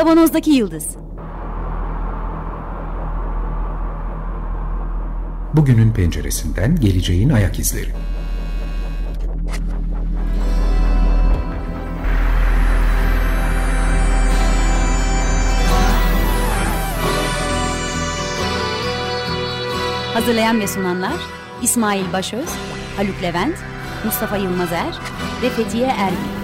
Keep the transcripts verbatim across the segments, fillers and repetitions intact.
Kavanozdaki Yıldız. Bugünün penceresinden geleceğin ayak izleri. Hazırlayan ve sunanlar İsmail Başöz, Haluk Levent, Mustafa Yılmazer ve Fethiye Erbil.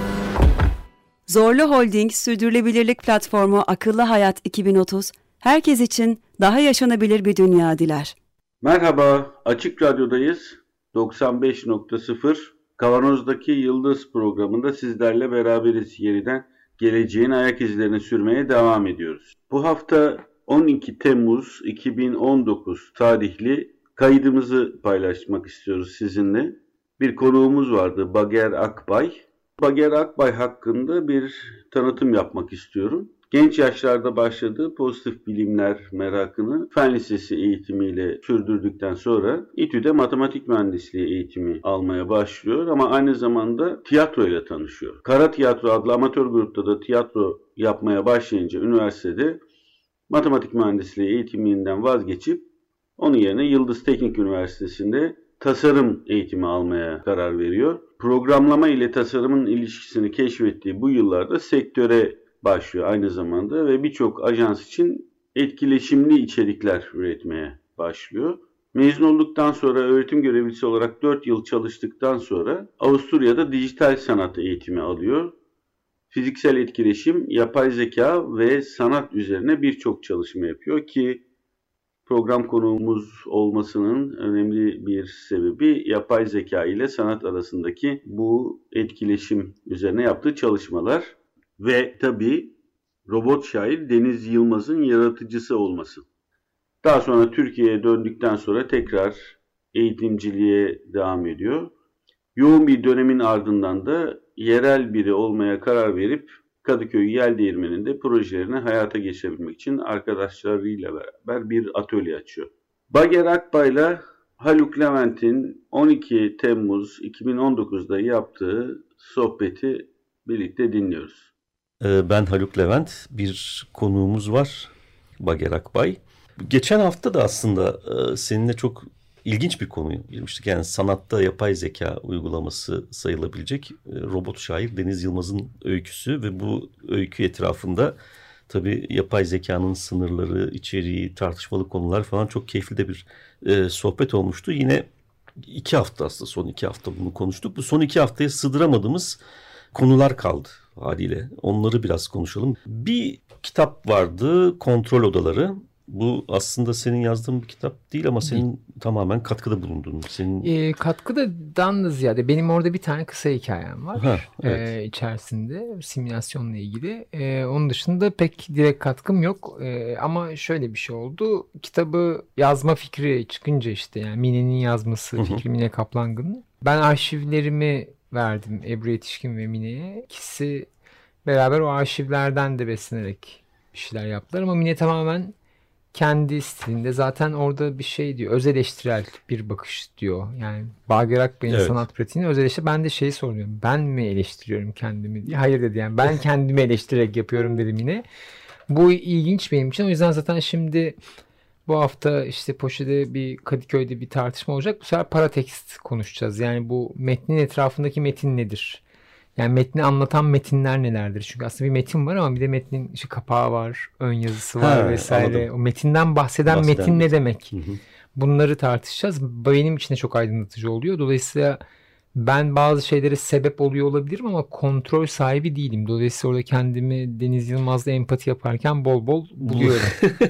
Zorlu Holding Sürdürülebilirlik Platformu Akıllı Hayat iki bin otuz, herkes için daha yaşanabilir bir dünya diler. Merhaba, Açık Radyo'dayız. doksan beş nokta sıfır Kavanozdaki Yıldız programında sizlerle beraberiz. Yeniden geleceğin ayak izlerini sürmeye devam ediyoruz. Bu hafta on iki Temmuz iki bin on dokuz tarihli kaydımızı paylaşmak istiyoruz sizinle. Bir konuğumuz vardı, Bager Akbay. Bager Akbay hakkında bir tanıtım yapmak istiyorum. Genç yaşlarda başladığı pozitif bilimler merakını fen lisesi eğitimiyle sürdürdükten sonra İTÜ'de matematik mühendisliği eğitimi almaya başlıyor ama aynı zamanda tiyatro ile tanışıyor. Kara Tiyatro adlı amatör grupta da tiyatro yapmaya başlayınca üniversitede matematik mühendisliği eğitiminden vazgeçip onun yerine Yıldız Teknik Üniversitesi'nde tasarım eğitimi almaya karar veriyor. Programlama ile tasarımın ilişkisini keşfettiği bu yıllarda sektöre başlıyor aynı zamanda ve birçok ajans için etkileşimli içerikler üretmeye başlıyor. Mezun olduktan sonra öğretim görevlisi olarak dört yıl çalıştıktan sonra Avusturya'da dijital sanat eğitimi alıyor. Fiziksel etkileşim, yapay zeka ve sanat üzerine birçok çalışma yapıyor ki program konuğumuz olmasının önemli bir sebebi yapay zeka ile sanat arasındaki bu etkileşim üzerine yaptığı çalışmalar ve tabii robot şair Deniz Yılmaz'ın yaratıcısı olması. Daha sonra Türkiye'ye döndükten sonra tekrar eğitimciliğe devam ediyor. Yoğun bir dönemin ardından da yerel biri olmaya karar verip Kadıköy Yeldeğirmeni'nde projelerini hayata geçirebilmek için arkadaşlarıyla beraber bir atölye açıyor. Bager Akbay'la Haluk Levent'in on iki Temmuz iki bin on dokuzda yaptığı sohbeti birlikte dinliyoruz. Ben Haluk Levent, bir konuğumuz var, Bager Akbay. Geçen hafta da aslında seninle çok ilginç bir konuya girmiştik. Yani sanatta yapay zeka uygulaması sayılabilecek robot şair Deniz Yılmaz'ın öyküsü ve bu öykü etrafında tabii yapay zekanın sınırları, içeriği, tartışmalı konular falan çok keyifli de bir e, sohbet olmuştu. Yine iki hafta aslında son iki hafta bunu konuştuk. Bu son iki haftaya sığdıramadığımız konular kaldı haliyle. Onları biraz konuşalım. Bir kitap vardı, Kontrol Odaları. Bu aslında senin yazdığın bir kitap değil ama senin değil. Tamamen katkıda bulunduğun. Senin... E, katkıdan da ziyade benim orada bir tane kısa hikayem var. Ha, evet. e, içerisinde simülasyonla ilgili. E, onun dışında pek direkt katkım yok. E, ama şöyle bir şey oldu. Kitabı yazma fikri çıkınca işte yani Mine'nin yazması, hı hı. fikri Mine Kaplangı'nın. Ben arşivlerimi verdim Ebru Yetişkin ve Mine'ye. İkisi beraber o arşivlerden de beslenerek bir şeyler yaptılar ama Mine tamamen kendi stilinde zaten orada bir şey diyor. Öz eleştirel bir bakış diyor. Yani Bager Akbay'ın evet. sanat pratiğini öz eleştiri. Ben de şeyi soruyorum. Ben mi eleştiriyorum kendimi diye. Hayır dedi yani. Ben kendimi eleştirerek yapıyorum dedim yine. Bu ilginç benim için. O yüzden zaten şimdi bu hafta işte Poşe'de bir Kadıköy'de bir tartışma olacak. Bu sefer paratekst konuşacağız. Yani bu metnin etrafındaki metin nedir? Yani metni anlatan metinler nelerdir? Çünkü aslında bir metin var ama bir de metnin işte kapağı var, ön yazısı var ha, vesaire. Anladım. O metinden bahseden, bahseden metin, metin ne demek? Hı hı. Bunları tartışacağız. Benim için de çok aydınlatıcı oluyor. Dolayısıyla ben bazı şeylere sebep oluyor olabilirim ama kontrol sahibi değilim. Dolayısıyla orada kendimi Deniz Yılmaz'la empati yaparken bol bol buluyorum.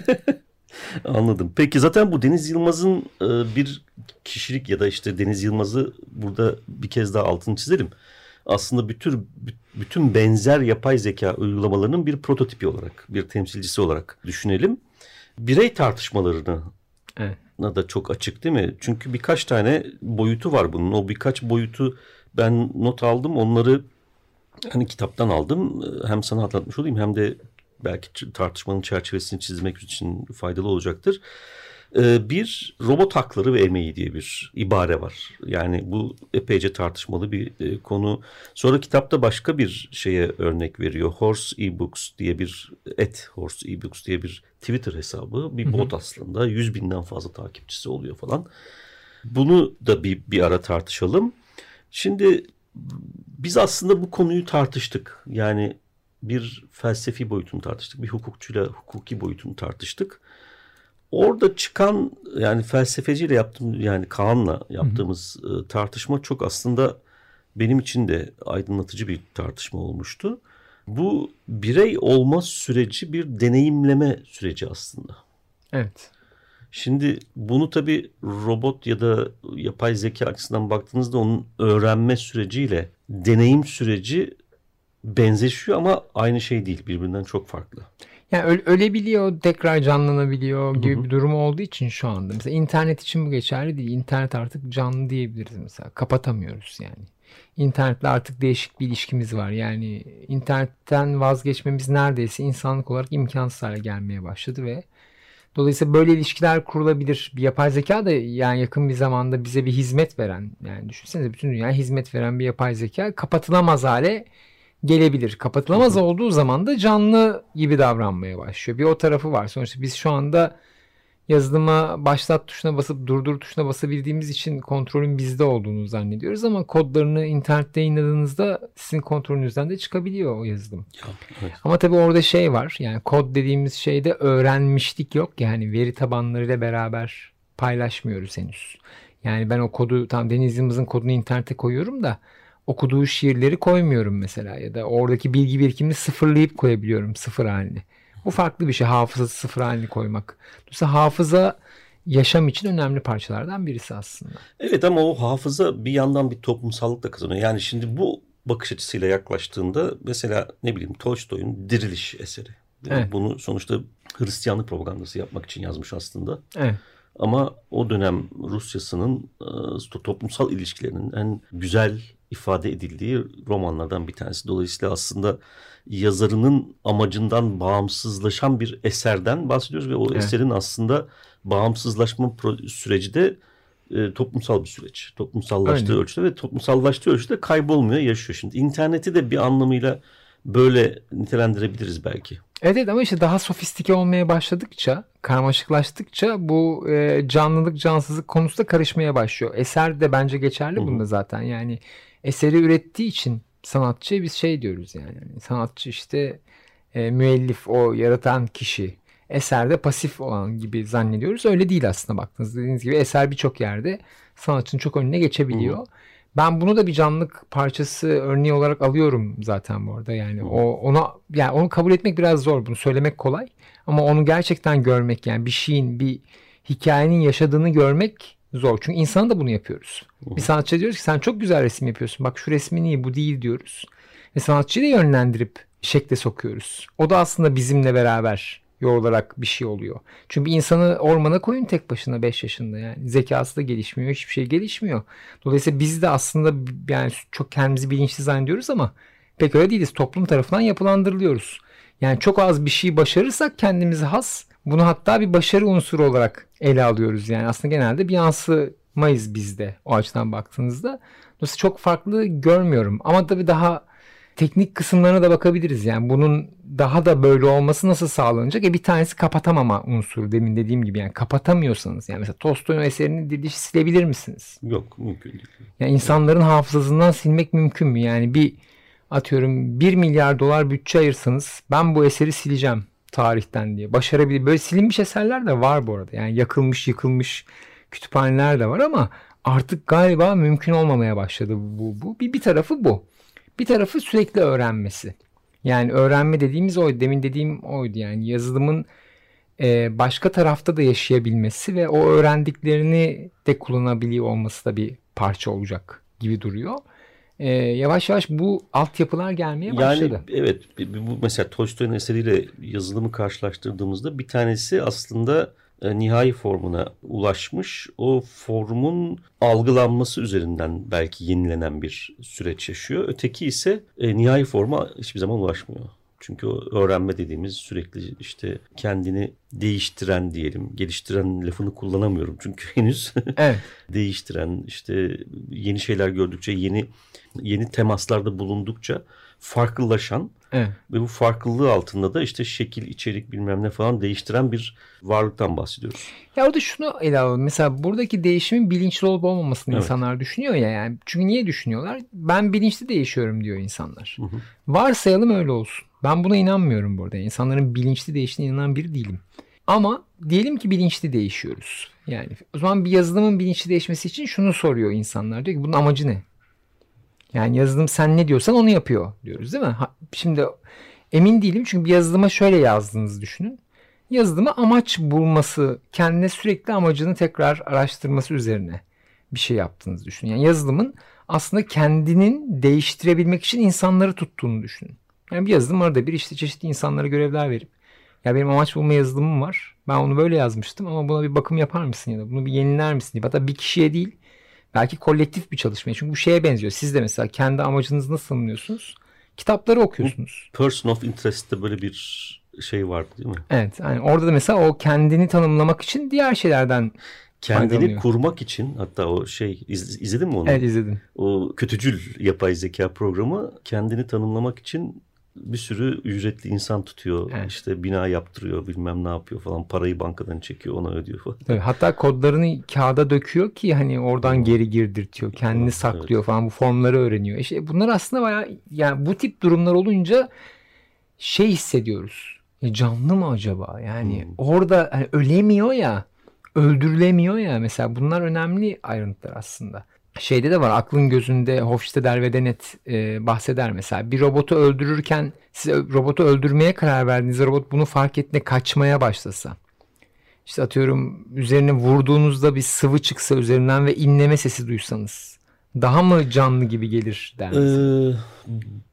Anladım. Peki zaten bu Deniz Yılmaz'ın bir kişilik ya da işte Deniz Yılmaz'ı burada bir kez daha altını çizelim. Aslında bütün bütün benzer yapay zeka uygulamalarının bir prototipi olarak, bir temsilcisi olarak düşünelim. Birey tartışmalarına evet. da çok açık değil mi? Çünkü birkaç tane boyutu var bunun. O birkaç boyutu ben not aldım. Onları hani kitaptan aldım. Hem sana hatırlatmış olayım hem de belki tartışmanın çerçevesini çizmek için faydalı olacaktır. Ee, bir robot hakları ve emeği diye bir ibare var. Yani bu epeyce tartışmalı bir e, konu. Sonra kitapta başka bir şeye örnek veriyor. Horse eBooks diye bir et Horse eBooks diye bir Twitter hesabı. Bir bot aslında. Yüz binden fazla takipçisi oluyor falan. Bunu da bir, bir ara tartışalım. Şimdi biz aslında bu konuyu tartıştık. Yani bir felsefi boyutunu tartıştık. Bir hukukçuyla hukuki boyutunu tartıştık. Orada çıkan yani felsefeciyle yaptığım yani Kaan'la yaptığımız hı hı. tartışma çok aslında benim için de aydınlatıcı bir tartışma olmuştu. Bu birey olma süreci bir deneyimleme süreci aslında. Evet. Şimdi bunu tabii robot ya da yapay zeka açısından baktığınızda onun öğrenme süreciyle deneyim süreci benzeşiyor ama aynı şey değil. Birbirinden çok farklı. Yani öle, ölebiliyor, tekrar canlanabiliyor gibi hı hı. bir durum olduğu için şu anda. Mesela internet için bu geçerli değil. İnternet artık canlı diyebiliriz mesela. Kapatamıyoruz yani. İnternetle artık değişik bir ilişkimiz var. Yani internetten vazgeçmemiz neredeyse insanlık olarak imkansız hale gelmeye başladı ve dolayısıyla böyle ilişkiler kurulabilir. Bir yapay zeka da yani yakın bir zamanda bize bir hizmet veren, yani düşünsenize bütün dünyaya hizmet veren bir yapay zeka kapatılamaz hale gelebilir. Kapatılamaz hı hı. olduğu zaman da canlı gibi davranmaya başlıyor. Bir o tarafı var. Sonuçta biz şu anda yazılıma başlat tuşuna basıp durdur tuşuna basabildiğimiz için kontrolün bizde olduğunu zannediyoruz ama kodlarını internette yayınladığınızda sizin kontrolünüzden de çıkabiliyor o yazılım. Ya, evet. Ama tabii orada şey var. Yani kod dediğimiz şeyde öğrenmişlik yok. Yani veri tabanlarıyla beraber paylaşmıyoruz henüz. Yani ben o kodu tam Deniz Yılmaz'ın kodunu internete koyuyorum da okuduğu şiirleri koymuyorum mesela ya da oradaki bilgi birikimini sıfırlayıp koyabiliyorum sıfır haline. Bu farklı bir şey, hafızası sıfır halini koymak. Dolayısıyla hafıza yaşam için önemli parçalardan birisi aslında. Evet ama o hafıza bir yandan bir toplumsallık da kazanıyor. Yani şimdi bu bakış açısıyla yaklaştığında mesela ne bileyim Tolstoy'un Diriliş eseri. Yani evet. Bunu sonuçta Hristiyanlık propagandası yapmak için yazmış aslında. Evet. Ama o dönem Rusyası'nın toplumsal ilişkilerinin en güzel ifade edildiği romanlardan bir tanesi. Dolayısıyla aslında yazarının amacından bağımsızlaşan bir eserden bahsediyoruz ve o evet. eserin aslında bağımsızlaşma süreci de e, toplumsal bir süreç. Toplumsallaştığı Öyle. ölçüde ve toplumsallaştığı ölçüde kaybolmuyor, yaşıyor. Şimdi interneti de bir anlamıyla böyle nitelendirebiliriz belki. Evet, evet ama işte daha sofistike olmaya başladıkça, karmaşıklaştıkça bu e, canlılık, cansızlık konusu da karışmaya başlıyor. Eser de bence geçerli Hı-hı. bunda zaten. Yani eseri ürettiği için sanatçı biz şey diyoruz yani. yani sanatçı işte e, müellif, o yaratan kişi. Eserde pasif olan gibi zannediyoruz. Öyle değil aslında baktığınızda. Dediğiniz gibi eser birçok yerde sanatçının çok önüne geçebiliyor. Hı-hı. Ben bunu da bir canlılık parçası örneği olarak alıyorum zaten bu arada. Yani o ona yani onu kabul etmek biraz zor. Bunu söylemek kolay ama onu gerçekten görmek yani bir şeyin, bir hikayenin yaşadığını görmek zor. Çünkü insan da bunu yapıyoruz. Bir sanatçı diyoruz ki sen çok güzel resim yapıyorsun. Bak şu resmin iyi, bu değil diyoruz. Ve sanatçıyı da yönlendirip şekle sokuyoruz. O da aslında bizimle beraber yorularak bir şey oluyor. Çünkü bir insanı ormana koyun tek başına beş yaşında yani. Zekası da gelişmiyor. Hiçbir şey gelişmiyor. Dolayısıyla biz de aslında yani çok kendimizi bilinçli zannediyoruz ama pek öyle değiliz. Toplum tarafından yapılandırılıyoruz. Yani çok az bir şey başarırsak kendimizi has, bunu hatta bir başarı unsuru olarak ele alıyoruz. Yani aslında genelde bir yansımayız bizde o açıdan baktığınızda. Dolayısıyla çok farklı görmüyorum. Ama tabii daha teknik kısımlarına da bakabiliriz. Yani bunun daha da böyle olması nasıl sağlanacak? E bir tanesi kapatamama unsuru demin dediğim gibi. Yani kapatamıyorsanız yani mesela Tolstoy'un eserini Diriliş'i silebilir misiniz? Yok, mümkün değil. Yani insanların hafızasından silmek mümkün mü? Yani bir atıyorum bir milyar dolar bütçe ayırsanız ben bu eseri sileceğim tarihten diye. Başarabilir. Böyle silinmiş eserler de var bu arada. Yani yakılmış, yıkılmış kütüphaneler de var ama artık galiba mümkün olmamaya başladı bu. bu. Bir, bir tarafı bu. Bir tarafı sürekli öğrenmesi. Yani öğrenme dediğimiz oydu. Demin dediğim oydu. Yani yazılımın e, başka tarafta da yaşayabilmesi ve o öğrendiklerini de kullanabiliyor olması da bir parça olacak gibi duruyor. E, yavaş yavaş bu altyapılar gelmeye başladı. Yani evet, bu mesela Tolstoy'un eseriyle yazılımı karşılaştırdığımızda bir tanesi aslında e, nihai formuna ulaşmış. O formun algılanması üzerinden belki yenilenen bir süreç yaşıyor. Öteki ise e, nihai forma hiçbir zaman ulaşmıyor. Çünkü o öğrenme dediğimiz sürekli işte kendini değiştiren diyelim. Geliştiren lafını kullanamıyorum çünkü henüz. Evet. Değiştiren, işte yeni şeyler gördükçe, yeni yeni temaslarda bulundukça farklılaşan, evet. Ve bu farklılığı altında da işte şekil, içerik bilmem ne falan değiştiren bir varlıktan bahsediyoruz. Ya orada şunu ele alalım. Mesela buradaki değişimin bilinçli olup olmamasını evet. insanlar düşünüyor ya yani. Çünkü niye düşünüyorlar? Ben bilinçli değişiyorum diyor insanlar. Hı hı. Varsayalım öyle olsun. Ben buna inanmıyorum burada. İnsanların bilinçli değiştiğine inanan biri değilim. Ama diyelim ki bilinçli değişiyoruz. Yani o zaman bir yazılımın bilinçli değişmesi için şunu soruyor insanlar. Diyor ki bunun amacı ne? Yani yazılım sen ne diyorsan onu yapıyor diyoruz değil mi? Ha, şimdi emin değilim çünkü bir yazılıma şöyle yazdığınızı düşünün. Yazılıma amaç bulması, kendine sürekli amacını tekrar araştırması üzerine bir şey yaptığınızı düşünün. Yani yazılımın aslında kendinin değiştirebilmek için insanları tuttuğunu düşünün. Yani bir yazılım arada bir işte çeşitli insanlara görevler verip ya benim amaç bulma yazılımım var. Ben onu böyle yazmıştım ama buna bir bakım yapar mısın ya da bunu bir yeniler misin diye. Hatta bir kişiye değil belki kolektif bir çalışmaya. Çünkü bu şeye benziyor. Siz de mesela kendi amacınızı nasıl tanımlıyorsunuz? Kitapları okuyorsunuz. Person of Interest'te böyle bir şey vardı değil mi? Evet. Yani orada da mesela o kendini tanımlamak için diğer şeylerden kendini kurmak için hatta o şey iz, izledin mi onu? Evet izledim. O kötücül yapay zeka programı kendini tanımlamak için bir sürü ücretli insan tutuyor. Evet. İşte bina yaptırıyor, bilmem ne yapıyor falan. Parayı bankadan çekiyor, ona ödüyor falan. Evet, hatta kodlarını kağıda döküyor ki hani oradan hmm. geri girdirtiyor. Kendini evet, saklıyor evet. falan. Bu formları öğreniyor. İşte bunlar aslında bayağı yani bu tip durumlar olunca şey hissediyoruz. E canlı mı acaba? Yani hmm. orada hani ölemiyor ya, öldürülemiyor ya. Mesela bunlar önemli ayrıntılar aslında. Şeyde de var, aklın gözünde Hofstadter ve Dennett e, bahseder mesela. Bir robotu öldürürken siz robotu öldürmeye karar verdiğinizde robot bunu fark ettiğinde kaçmaya başlasa. İşte atıyorum üzerine vurduğunuzda bir sıvı çıksa üzerinden ve inleme sesi duysanız. Daha mı canlı gibi gelir der misiniz? Ee,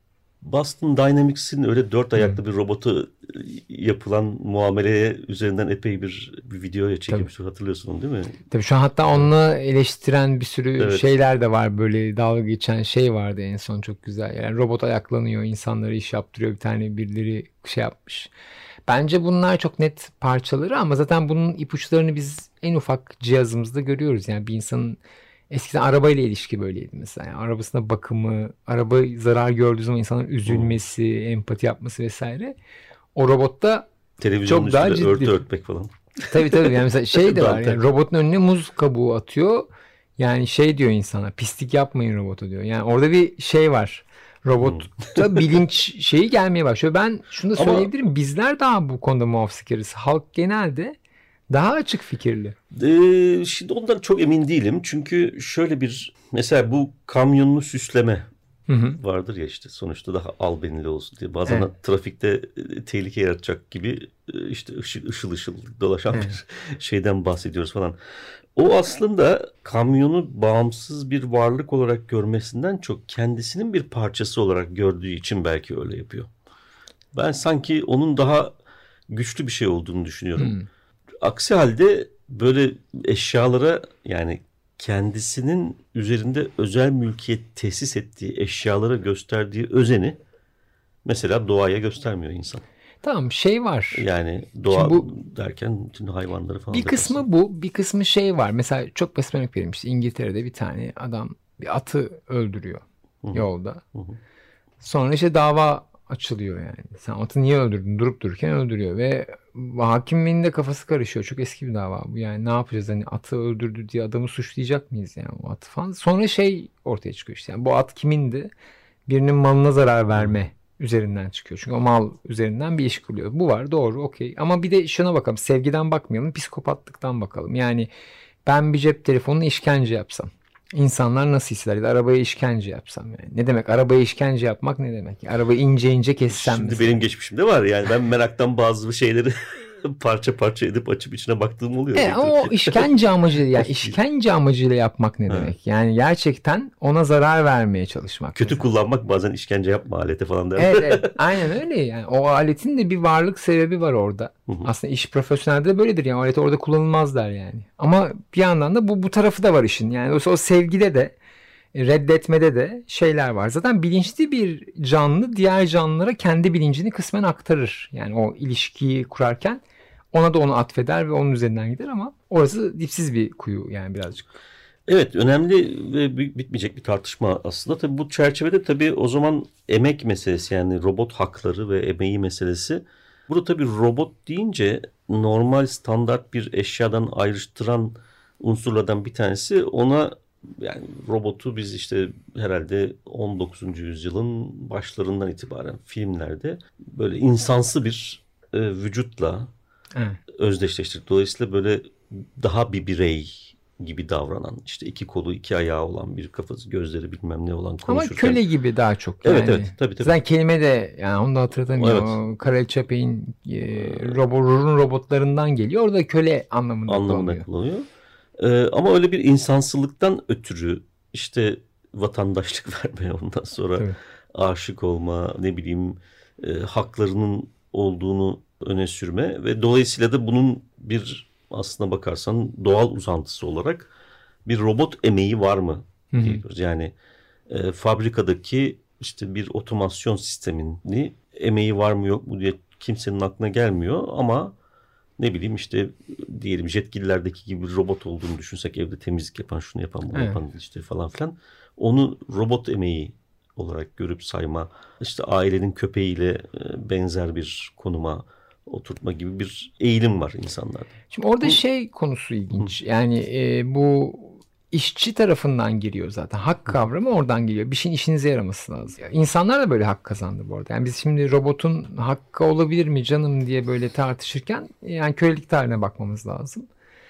Boston Dynamics'in öyle dört ayaklı hmm. bir robotu yapılan muameleye üzerinden epey bir, bir videoya çekilmiş. Hatırlıyorsun onu değil mi? Tabii şu an hatta onunla eleştiren bir sürü evet. şeyler de var. Böyle dalga geçen şey vardı en son çok güzel. Yani robot ayaklanıyor, insanlara iş yaptırıyor. Bir tane birileri şey yapmış. Bence bunlar çok net parçaları ama zaten bunun ipuçlarını biz en ufak cihazımızda görüyoruz. Yani bir insanın eskiden arabayla ilişki böyleydi mesela. Yani arabasına bakımı, araba zarar gördüğü zaman insanların üzülmesi, hmm. empati yapması vesaire. O robotta çok daha ciddi. Örtü örtmek falan. Tabii tabii. Yani mesela şey de var. Yani robotun önüne muz kabuğu atıyor. Yani şey diyor insana, pislik yapmayın robota diyor. Yani orada bir şey var. Robotta hmm. bilinç şeyi gelmeye başlıyor. Ben şunu da söyleyebilirim. Ama bizler daha bu konuda muhafazakârız. Halk genelde daha açık fikirli. Ee, şimdi ondan çok emin değilim. Çünkü şöyle bir mesela bu kamyonlu süsleme hı hı. vardır ya işte sonuçta daha albenili olsun diye. Bazen evet. trafikte tehlike yaratacak gibi işte ışıl ışıl, ışıl dolaşan evet. bir şeyden bahsediyoruz falan. O aslında kamyonu bağımsız bir varlık olarak görmesinden çok kendisinin bir parçası olarak gördüğü için belki öyle yapıyor. Ben sanki onun daha güçlü bir şey olduğunu düşünüyorum. Hmm. Aksi halde böyle eşyalara yani kendisinin üzerinde özel mülkiyet tesis ettiği eşyalara gösterdiği özeni mesela doğaya göstermiyor insan. Tamam şey var. Yani doğa bu, derken bütün hayvanları falan. Bir kısmı dersin. Bu bir kısmı şey var. Mesela çok basit örnek vereyim. İşte İngiltere'de bir tane adam bir atı öldürüyor Hı-hı. yolda. Hı-hı. Sonra işte dava açılıyor yani. Sen atı niye öldürdün? Durup dururken öldürüyor ve hakimin de kafası karışıyor. Çok eski bir dava bu. Yani ne yapacağız? Hani atı öldürdü diye adamı suçlayacak mıyız yani o atı falan. Sonra şey ortaya çıkıyor işte. Yani bu at kimindi? Birinin malına zarar verme üzerinden çıkıyor. Çünkü o mal üzerinden bir iş kuruyor. Bu var doğru okey. Ama bir de şuna bakalım. Sevgiden bakmayalım. Psikopatlıktan bakalım. Yani ben bir cep telefonunu işkence yapsam. İnsanlar nasıl hisseder? Ya da arabaya işkence yapsam yani. Ne demek? Arabaya işkence yapmak ne demek? Arabayı ince ince kessem. Şimdi mesela. Benim geçmişimde var yani. Ben meraktan bazı şeyleri parça parça edip açıp içine baktığım oluyor. E, ama o işkence amacıyla yani işkence amacıyla yapmak ne demek? Evet. Yani gerçekten ona zarar vermeye çalışmak. Kötü mesela. Kullanmak bazen işkence yapma aleti falan der. Evet, evet aynen öyle yani. O aletin de bir varlık sebebi var orada. Hı hı. Aslında iş profesyonelde de böyledir yani. O alet orada kullanılmaz der yani. Ama bir yandan da bu bu tarafı da var işin. Yani o, o sevgide de reddetmede de şeyler var. Zaten bilinçli bir canlı diğer canlılara kendi bilincini kısmen aktarır. Yani o ilişkiyi kurarken ona da onu atfeder ve onun üzerinden gider ama orası dipsiz bir kuyu yani birazcık. Evet, önemli ve bitmeyecek bir tartışma aslında. Tabii bu çerçevede tabii o zaman emek meselesi, yani robot hakları ve emeği meselesi. Burada tabii robot deyince normal standart bir eşyadan ayrıştıran unsurlardan bir tanesi, ona yani robotu biz işte herhalde on dokuzuncu yüzyılın başlarından itibaren filmlerde böyle insansı bir e, vücutla evet. özdeşleştirdik. Dolayısıyla böyle daha bir birey gibi davranan, işte iki kolu iki ayağı olan, bir kafası gözleri bilmem ne olan konuşurken. Ama köle gibi daha çok. Yani. Evet evet tabii tabii. Zaten kelime de yani onu da hatırlatamıyorum. Evet. Karel Çapek'in e, robot, robotlarından geliyor. Orada köle anlamında, anlamında kullanıyor. Ee, ama öyle bir insansızlıktan ötürü işte vatandaşlık vermeye, ondan sonra evet. aşık olma, ne bileyim e, haklarının olduğunu öne sürme ve dolayısıyla da bunun bir aslına bakarsan doğal uzantısı olarak bir robot emeği var mı diyoruz. Yani e, fabrikadaki işte bir otomasyon sistemini emeği var mı yok mu diye kimsenin aklına gelmiyor ama ne bileyim işte diyelim jetgillerdeki gibi bir robot olduğunu düşünsek, evde temizlik yapan, şunu yapan, bunu evet. yapan işte falan filan, onu robot emeği olarak görüp sayma, işte ailenin köpeğiyle benzer bir konuma oturtma gibi bir eğilim var insanlarda. Şimdi orada bu, şey konusu ilginç. Hı. Yani e, bu işçi tarafından giriyor zaten. Hak kavramı oradan geliyor. Bir şeyin işinize yaraması lazım. Yani İnsanlar da böyle hak kazandı bu arada. Yani biz şimdi robotun hakkı olabilir mi canım diye böyle tartışırken yani kölelik tarihine bakmamız lazım.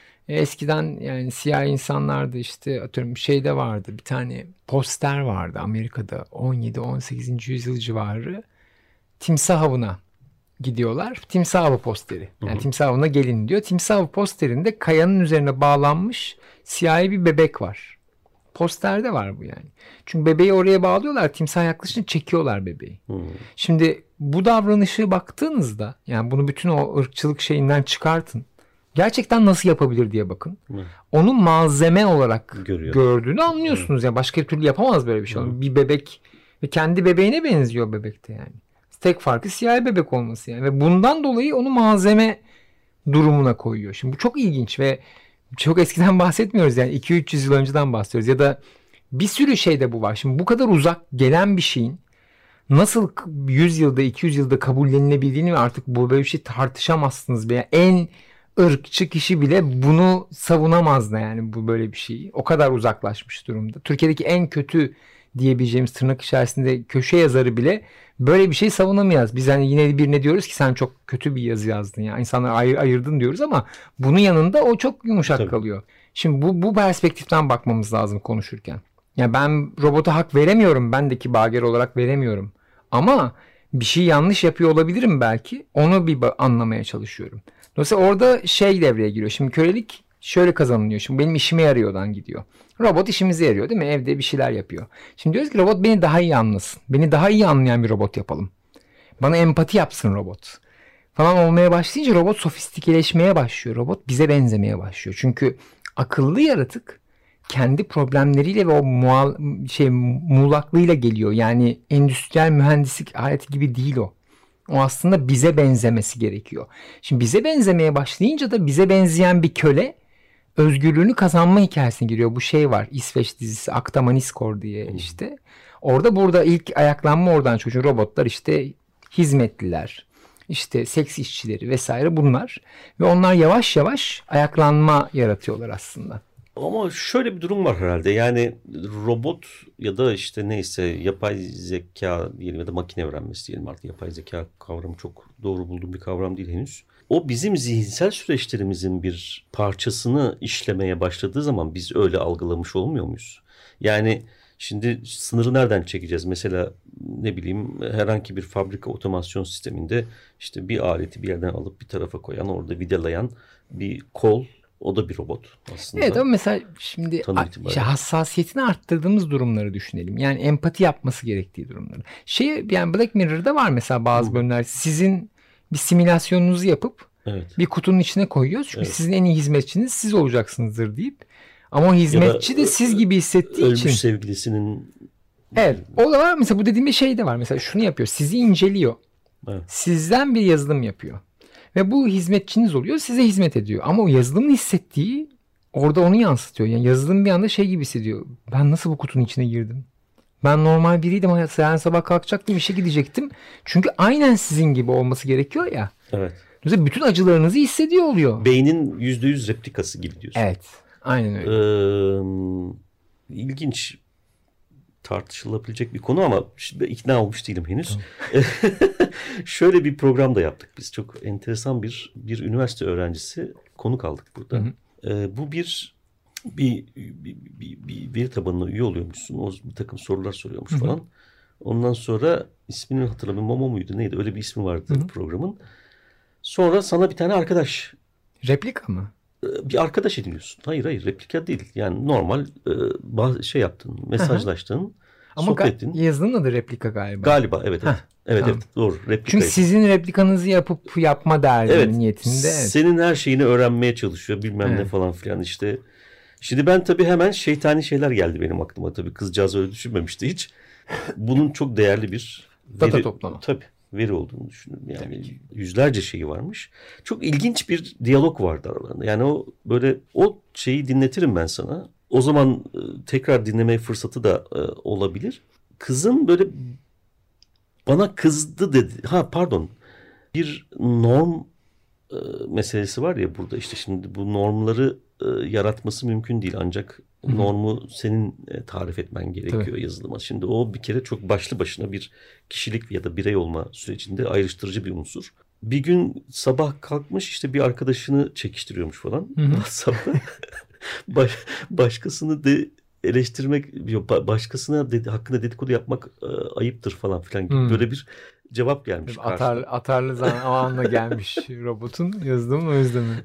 Eskiden yani siyah insanlardı, işte atıyorum şeyde vardı, bir tane poster vardı Amerika'da on yedi on sekizinci yüzyıl civarı, timsah avına gidiyorlar. Timsah avı posteri. Yani hı hı. timsah avına gelin diyor. Timsah avı posterinde kayanın üzerine bağlanmış siyahi bir bebek var. Posterde var bu yani. Çünkü bebeği oraya bağlıyorlar. Timsah yaklaşınca çekiyorlar bebeği. Hı. Şimdi bu davranışı baktığınızda yani bunu bütün o ırkçılık şeyinden çıkartın. Gerçekten nasıl yapabilir diye bakın. Hı. Onu malzeme olarak Görüyor. gördüğünü anlıyorsunuz. Hı. Yani başka bir türlü yapamaz böyle bir şey. Hı. Bir bebek ve kendi bebeğine benziyor bebekte yani. Tek farkı siyahi bebek olması yani. Ve bundan dolayı onu malzeme durumuna koyuyor. Şimdi bu çok ilginç ve çok eskiden bahsetmiyoruz yani. iki üç yüz yıl önceden bahsediyoruz. Ya da bir sürü şeyde bu var. Şimdi bu kadar uzak gelen bir şeyin nasıl yüz yılda iki yüz yılda kabullenilebildiğini ve artık bu böyle bir şey tartışamazsınız. Yani en ırkçı kişi bile bunu savunamazdı yani, bu böyle bir şeyi. O kadar uzaklaşmış durumda. Türkiye'deki en kötü diyebileceğimiz tırnak içerisinde köşe yazarı bile böyle bir şey savunamayız. Biz hani yine bir ne diyoruz ki sen çok kötü bir yazı yazdın ya. İnsanları ayır, ayırdın diyoruz ama bunun yanında o çok yumuşak Tabii. kalıyor. Şimdi bu bu perspektiften bakmamız lazım konuşurken. Yani ben robota hak veremiyorum. Bendeki bager olarak veremiyorum. Ama bir şey yanlış yapıyor olabilirim belki. Onu bir anlamaya çalışıyorum. Dolayısıyla orada şey devreye giriyor. Şimdi kölelik şöyle kazanılıyor. Şimdi benim işime yarıyordan gidiyor. Robot işimize yarıyor değil mi? Evde bir şeyler yapıyor. Şimdi diyoruz ki robot beni daha iyi anlasın. Beni daha iyi anlayan bir robot yapalım. Bana empati yapsın robot. Falan olmaya başlayınca robot sofistikeleşmeye başlıyor. Robot bize benzemeye başlıyor. Çünkü akıllı yaratık kendi problemleriyle ve o mual, şey muğlaklığıyla geliyor. Yani endüstriyel mühendislik aleti gibi değil o. O aslında bize benzemesi gerekiyor. Şimdi bize benzemeye başlayınca da bize benzeyen bir köle özgürlüğünü kazanma hikayesine giriyor. Bu şey var, İsveç dizisi Aktamaniskor diye işte. Orada burada ilk ayaklanma oradan çocuğun, robotlar işte hizmetliler, işte seks işçileri vesaire bunlar. Ve onlar yavaş yavaş ayaklanma yaratıyorlar aslında. Ama şöyle bir durum var herhalde. Yani robot ya da işte neyse yapay zeka diyelim ya da makine öğrenmesi diyelim, artık yapay zeka kavramı çok doğru bulduğum bir kavram değil henüz. O bizim zihinsel süreçlerimizin bir parçasını işlemeye başladığı zaman biz öyle algılamış olmuyor muyuz? Yani şimdi sınırı nereden çekeceğiz? Mesela ne bileyim herhangi bir fabrika otomasyon sisteminde işte bir aleti bir yerden alıp bir tarafa koyan, orada vidalayan bir kol. O da bir robot aslında. Evet ama mesela şimdi işte hassasiyetini arttırdığımız durumları düşünelim. Yani empati yapması gerektiği durumları. Şey yani Black Mirror'da var mesela bazı bölümler. Sizin bir simülasyonunuzu yapıp evet. bir kutunun içine koyuyoruz. Çünkü evet. sizin en iyi hizmetçiniz siz olacaksınızdır deyip. Ama o hizmetçi de siz gibi hissettiği ölmüş için. Ölmüş sevgilisinin. Evet. O da var. Mesela bu dediğim bir şey de var. Mesela şunu yapıyor. Sizi inceliyor. Evet. Sizden bir yazılım yapıyor. Ve bu hizmetçiniz oluyor. Size hizmet ediyor. Ama o yazılımın hissettiği orada onu yansıtıyor. Yani yazılım bir anda şey gibi hissediyor. Ben nasıl bu kutunun içine girdim? Ben normal biriydim. Yani sabah kalkacaktım, işe gidecektim. Çünkü aynen sizin gibi olması gerekiyor ya. Evet. Mesela bütün acılarınızı hissediyor oluyor. Beynin yüzde yüz replikası gibi diyorsun. Evet. Aynen öyle. Ee, ilginç, tartışılabilecek bir konu ama şimdi ikna olmuş değilim henüz. Şöyle bir program da yaptık biz. Çok enteresan bir bir üniversite öğrencisi konuk aldık burada. Hı hı. Ee, bu bir bir, bir, bir, bir veri tabanına üye oluyormuşsun. O bir takım sorular soruyormuş hı hı. falan. Ondan sonra ismini hatırlamıyorum. Momo muydu neydi? Öyle bir ismi vardı hı hı. programın. Sonra sana bir tane arkadaş. Replika mı? Bir arkadaş ediniyorsun. Hayır hayır replika değil. Yani normal e, şey yaptın, mesajlaştın, ama sohbet ga- ettin. Yazılımın adı replika galiba. Galiba evet evet. Evet, tamam. evet doğru. Replika. Çünkü sizin replikanızı yapıp yapma derdi evet, niyetinde. Evet. Senin her şeyini öğrenmeye çalışıyor bilmem evet. ne falan filan işte. Şimdi ben tabii hemen şeytani şeyler geldi benim aklıma tabii. Kızcağız öyle düşünmemişti hiç. Bunun çok değerli bir data toplama. Tabii. Veri olduğunu düşünüyorum. Yani yüzlerce şeyi varmış. Çok ilginç bir diyalog vardı aralarında. Yani o böyle o şeyi dinletirim ben sana. O zaman e, tekrar dinlemeye fırsatı da e, olabilir. Kızın böyle bana kızdı dedi. Ha pardon. Bir norm e, meselesi var ya burada işte şimdi bu normları e, yaratması mümkün değil ancak Hı-hı. normu senin e, tarif etmen gerekiyor Tabii. yazılıma. Şimdi o bir kere çok başlı başına bir kişilik ya da birey olma sürecinde ayrıştırıcı bir unsur. Bir gün sabah kalkmış işte bir arkadaşını çekiştiriyormuş falan WhatsApp'ta. Baş, başkasını de eleştirmek, başkasına dedi, hakkında dedikodu yapmak e, ayıptır falan filan gibi hmm. böyle bir cevap gelmiş. Atar, atarlı zamanla gelmiş robotun yazılımı o yüzden mi?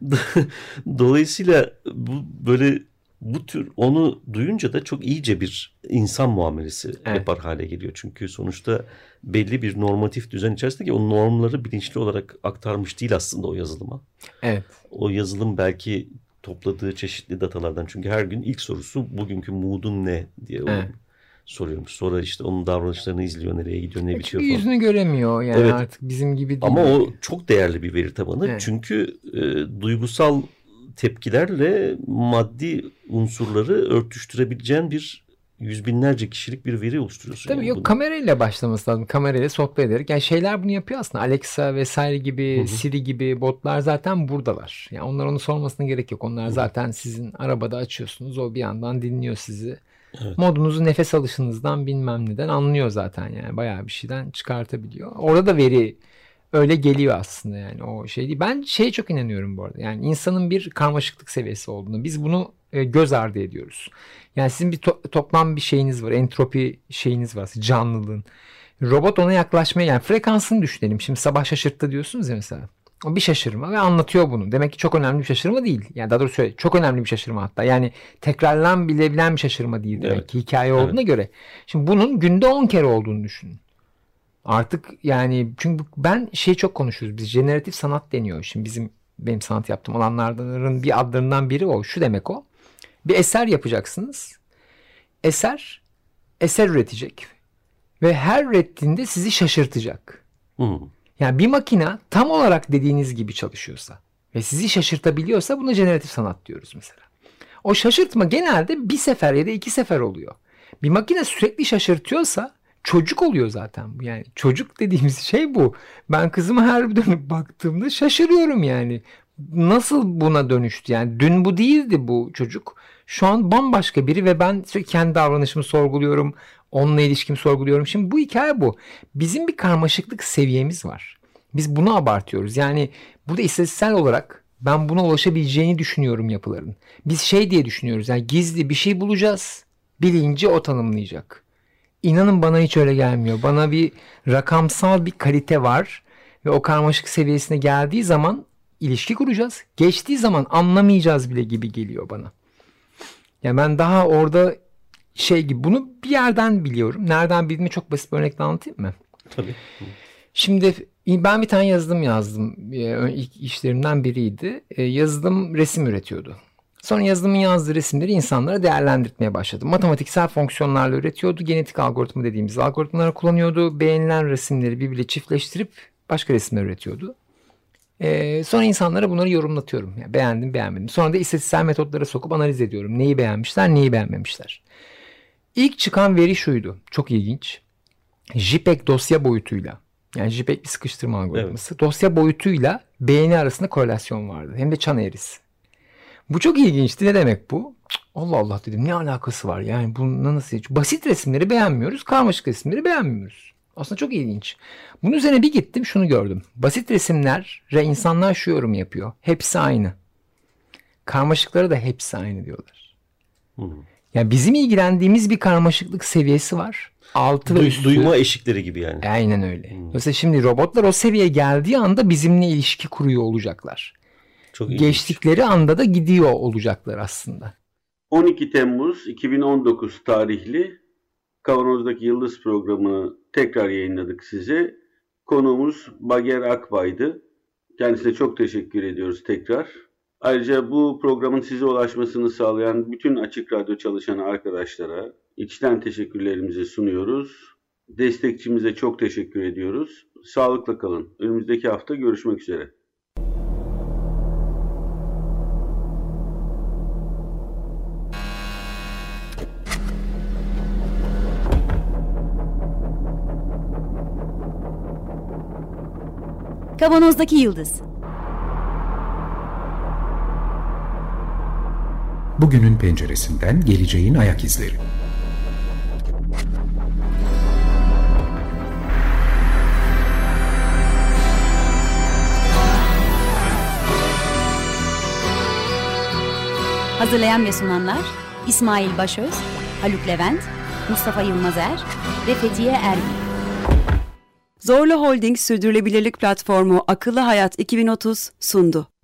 Dolayısıyla bu böyle bu tür onu duyunca da çok iyice bir insan muamelesi evet. yapar hale geliyor. Çünkü sonuçta belli bir normatif düzen içerisinde ki o normları bilinçli olarak aktarmış değil aslında o yazılıma. Evet. O yazılım belki topladığı çeşitli datalardan. Çünkü her gün ilk sorusu bugünkü mood'un ne diye evet. soruyormuş. Sonra işte onun davranışlarını izliyor, nereye gidiyor, ne e bitiyor falan. Yüzünü göremiyor yani evet. artık bizim gibi değil. Ama o çok değerli bir veri tabanı. Evet. Çünkü e, duygusal tepkilerle maddi unsurları örtüştürebileceğin bir yüz binlerce kişilik bir veri oluşturuyorsun. Tabii yani yok bunu. Kamerayla başlaması lazım. Kamerayla sohbet ederek. Yani şeyler bunu yapıyor aslında. Alexa vesaire gibi, Hı-hı. Siri gibi botlar zaten buradalar. Yani onlar onu sormasına gerek yok. Onlar Hı-hı. zaten sizin arabada açıyorsunuz. O bir yandan dinliyor sizi. Evet. Modunuzu nefes alışınızdan bilmem neden anlıyor zaten yani. Bayağı bir şeyden çıkartabiliyor. Orada da veri öyle geliyor aslında yani o şey değil. Ben şeye çok inanıyorum bu arada. Yani insanın bir karmaşıklık seviyesi olduğunu. Biz bunu e, göz ardı ediyoruz. Yani sizin bir to- toplam bir şeyiniz var. Entropi şeyiniz var. Canlılığın. Robot ona yaklaşmaya yani frekansını düşünelim. Şimdi sabah şaşırttı diyorsunuz ya mesela. O bir şaşırma ve anlatıyor bunu. Demek ki çok önemli bir şaşırma değil. Yani daha doğrusu söyle, çok önemli bir şaşırma hatta. Yani tekrarlanabilen bir şaşırma değil demek evet. ki hikaye olduğuna evet. göre. Şimdi bunun günde on kere olduğunu düşünün. Artık yani çünkü ben şey çok konuşuyoruz. Biz jeneratif sanat deniyor. Şimdi bizim benim sanat yaptığım alanlardan bir adlarından biri o. Şu demek o. Bir eser yapacaksınız. Eser eser üretecek. Ve her ürettiğinde sizi şaşırtacak. Hmm. Yani bir makine tam olarak dediğiniz gibi çalışıyorsa ve sizi şaşırtabiliyorsa buna jeneratif sanat diyoruz mesela. O şaşırtma genelde bir sefer ya da iki sefer oluyor. Bir makine sürekli şaşırtıyorsa çocuk oluyor zaten bu. Yani çocuk dediğimiz şey bu. Ben kızıma her dönüp baktığımda şaşırıyorum yani. Nasıl buna dönüştü? Yani dün bu değildi bu çocuk. Şu an bambaşka biri ve ben kendi davranışımı sorguluyorum. Onunla ilişkimi sorguluyorum. Şimdi bu hikaye bu. Bizim bir karmaşıklık seviyemiz var. Biz bunu abartıyoruz. Yani burada istatistiksel olarak ben buna ulaşabileceğini düşünüyorum yapıların. Biz şey diye düşünüyoruz. Yani gizli bir şey bulacağız. Bilinci o tanımlayacak. İnanın bana hiç öyle gelmiyor. Bana bir rakamsal bir kalite var. Ve o karmaşık seviyesine geldiği zaman ilişki kuracağız. Geçtiği zaman anlamayacağız bile gibi geliyor bana. Yani ben daha orada şey gibi bunu bir yerden biliyorum. Nereden bildiğimi çok basit bir örnekle anlatayım mı? Tabii. Şimdi ben bir tane yazılım yazdım. İlk işlerimden biriydi. Yazılım resim üretiyordu. Sonra yazılımın yazdığı resimleri insanlara değerlendirmeye başladım. Matematiksel fonksiyonlarla üretiyordu. Genetik algoritma dediğimiz algoritmaları kullanıyordu. Beğenilen resimleri birbiriyle çiftleştirip başka resimler üretiyordu. Ee, sonra insanlara bunları yorumlatıyorum. Yani beğendim, beğenmedim. Sonra da istatistiksel metotlara sokup analiz ediyorum. Neyi beğenmişler, neyi beğenmemişler. İlk çıkan veri şuydu. Çok ilginç. JPEG dosya boyutuyla, yani JPEG bir sıkıştırma algoritması. Evet. Dosya boyutuyla beğeni arasında korelasyon vardı. Hem de çan eğrisi. Bu çok ilginçti. Ne demek bu? Allah Allah dedim. Ne alakası var? Yani bununla nasıl? Basit resimleri beğenmiyoruz. Karmaşık resimleri beğenmiyoruz. Aslında çok ilginç. Bunun üzerine bir gittim, şunu gördüm. Basit resimlere insanlar şu yorum yapıyor. Hepsi aynı. Karmaşıklara da hepsi aynı diyorlar. Hmm. Yani bizim ilgilendiğimiz bir karmaşıklık seviyesi var. Altı Du- ve üstü. Duyma eşikleri gibi yani. Aynen öyle. Hmm. Mesela şimdi robotlar o seviyeye geldiği anda bizimle ilişki kuruyor olacaklar. Çok Geçtikleri ilginç. Anda da gidiyor olacaklar aslında. on iki Temmuz iki bin on dokuz tarihli Kavanoz'daki Yıldız programını tekrar yayınladık size. Konuğumuz Bager Akbay'dı. Kendisine çok teşekkür ediyoruz tekrar. Ayrıca bu programın size ulaşmasını sağlayan bütün Açık Radyo çalışan arkadaşlara içten teşekkürlerimizi sunuyoruz. Destekçimize çok teşekkür ediyoruz. Sağlıkla kalın. Önümüzdeki hafta görüşmek üzere. Kavanozdaki Yıldız. Bugünün penceresinden geleceğin ayak izleri. Hazırlayan ve sunanlar İsmail Başöz, Haluk Levent, Mustafa Yılmazer ve Fethiye Erbil. Zorlu Holding Sürdürülebilirlik Platformu Akıllı Hayat iki bin otuz sundu.